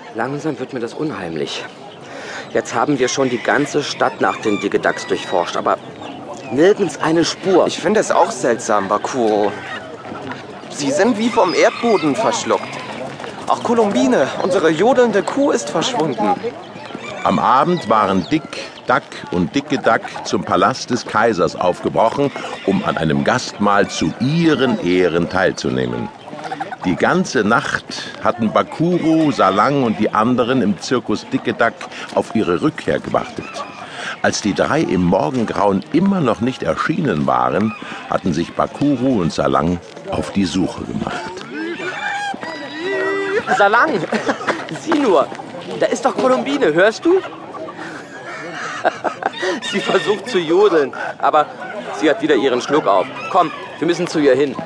Langsam wird mir das unheimlich. Jetzt haben wir schon die ganze Stadt nach den Digidax durchforscht, aber nirgends eine Spur. Ich finde es auch seltsam, Bakuro. Sie sind wie vom Erdboden verschluckt. Auch Colombine, unsere jodelnde Kuh, ist verschwunden. Am Abend waren Dick, Duck und Dicke-Duck zum Palast des Kaisers aufgebrochen, um an einem Gastmahl zu ihren Ehren teilzunehmen. Die ganze Nacht hatten Bakuro, Salang und die anderen im Zirkus Dicke-Duck auf ihre Rückkehr gewartet. Als die drei im Morgengrauen immer noch nicht erschienen waren, hatten sich Bakuro und Salang auf die Suche gemacht. Salang, sieh nur, da ist doch Colombine, hörst du? Sie versucht zu jodeln, aber sie hat wieder ihren Schluck auf. Komm, wir müssen zu ihr hin.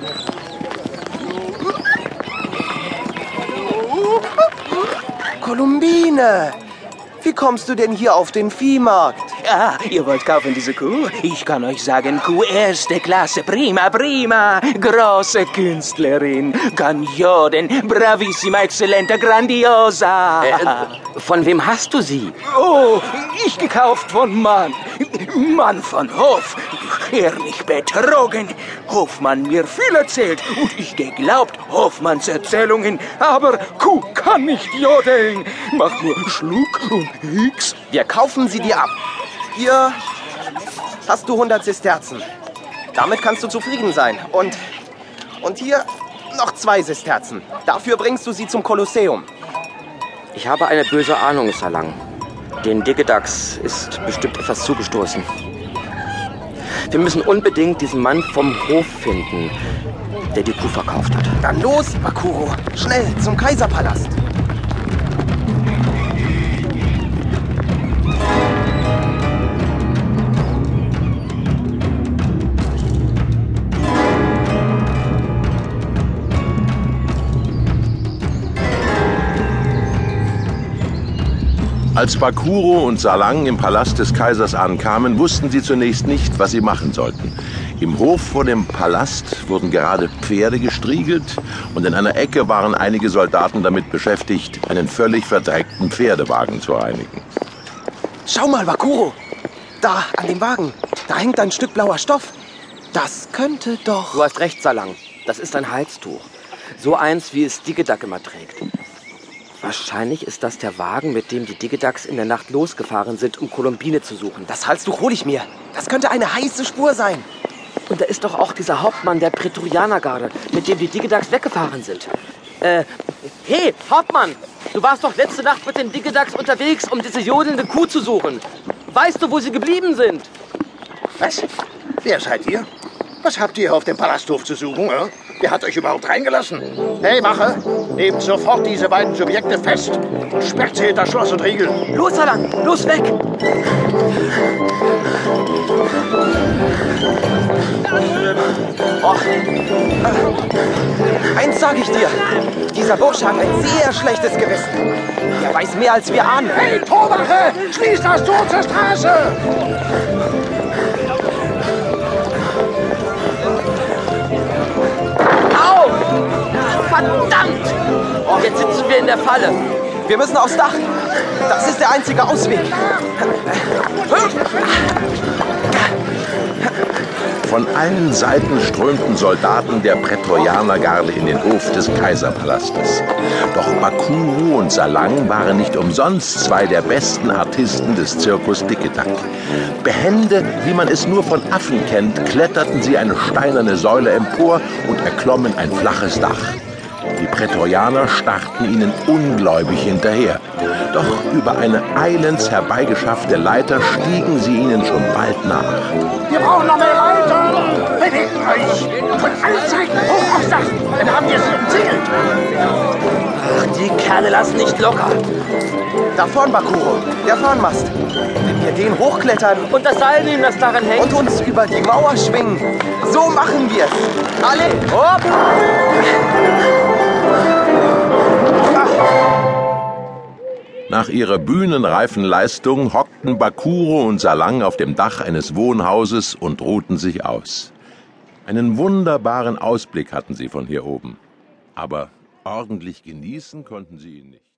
Colombine! Wie kommst du denn hier auf den Viehmarkt? Ah, ihr wollt kaufen diese Kuh? Ich kann euch sagen, Kuh erste Klasse, prima, prima. Große Künstlerin, kann joden, bravissima, exzellente, grandiosa. Von wem hast du sie? Oh, ich gekauft von Mann. Mann von Hof. Er mich betrogen. Hofmann mir viel erzählt und ich geglaubt Hofmanns Erzählungen. Aber Kuh kann nicht jodeln. Macht nur Schluck und Hicks. Wir kaufen sie dir ab. Hier hast du 100 Sesterzen. Damit kannst du zufrieden sein. Und hier noch 2 Sesterzen. Dafür bringst du sie zum Kolosseum. Ich habe eine böse Ahnung, Salang. Den Digidax ist bestimmt etwas zugestoßen. Wir müssen unbedingt diesen Mann vom Hof finden, der die Kuh verkauft hat. Dann los, Bakuro. Schnell zum Kaiserpalast. Als Bakuro und Salang im Palast des Kaisers ankamen, wussten sie zunächst nicht, was sie machen sollten. Im Hof vor dem Palast wurden gerade Pferde gestriegelt und in einer Ecke waren einige Soldaten damit beschäftigt, einen völlig verdreckten Pferdewagen zu reinigen. Schau mal, Bakuro. Da, an dem Wagen. Da hängt ein Stück blauer Stoff. Das könnte doch... Du hast recht, Salang. Das ist ein Halstuch. So eins, wie es Digidack immer trägt. Wahrscheinlich ist das der Wagen, mit dem die Digidax in der Nacht losgefahren sind, um Colombine zu suchen. Das Halstuch hole ich mir. Das könnte eine heiße Spur sein. Und da ist doch auch dieser Hauptmann der Prätorianergarde, mit dem die Digidax weggefahren sind. Hey, Hauptmann! Du warst doch letzte Nacht mit den Digidax unterwegs, um diese jodelnde Kuh zu suchen. Weißt du, wo sie geblieben sind? Was? Wer seid ihr? Was habt ihr auf dem Palasthof zu suchen? Wer hat euch überhaupt reingelassen? Hey, Wache! Nehmt sofort diese beiden Subjekte fest und sperrt sie hinter Schloss und Riegel. Los, Salang! Los, weg! Oh. Eins sage ich dir. Dieser Bursche hat ein sehr schlechtes Gewissen. Er weiß mehr, als wir ahnen. Hey, Torwache! Schließt das Tor zur Straße! Au! Verdammt! Oh, jetzt sitzen wir in der Falle. Wir müssen aufs Dach. Das ist der einzige Ausweg. Von allen Seiten strömten Soldaten der Prätorianergarde in den Hof des Kaiserpalastes. Doch Bakuro und Salang waren nicht umsonst 2 der besten Artisten des Zirkus Dicke-Duck. Behende, wie man es nur von Affen kennt, kletterten sie eine steinerne Säule empor und erklommen ein flaches Dach. Die Prätorianer starrten ihnen ungläubig hinterher. Doch über eine eilends herbeigeschaffte Leiter stiegen sie ihnen schon bald nach. Wir brauchen noch mehr Leitern! Bewegt euch! Von allen Seiten hoch aufs Dach! Dann haben wir sie umzingelt! Ach, die Kerle lassen nicht locker. Da vorn, Bakuro. Der Fahnenmast. Wenn wir den hochklettern Und das Seil nehmen, das daran hängt. und uns über die Mauer schwingen, so machen wir es. Alle, hopp! Nach ihrer bühnenreifen Leistung hockten Bakuro und Salang auf dem Dach eines Wohnhauses und ruhten sich aus. Einen wunderbaren Ausblick hatten sie von hier oben. Aber ordentlich genießen konnten sie ihn nicht.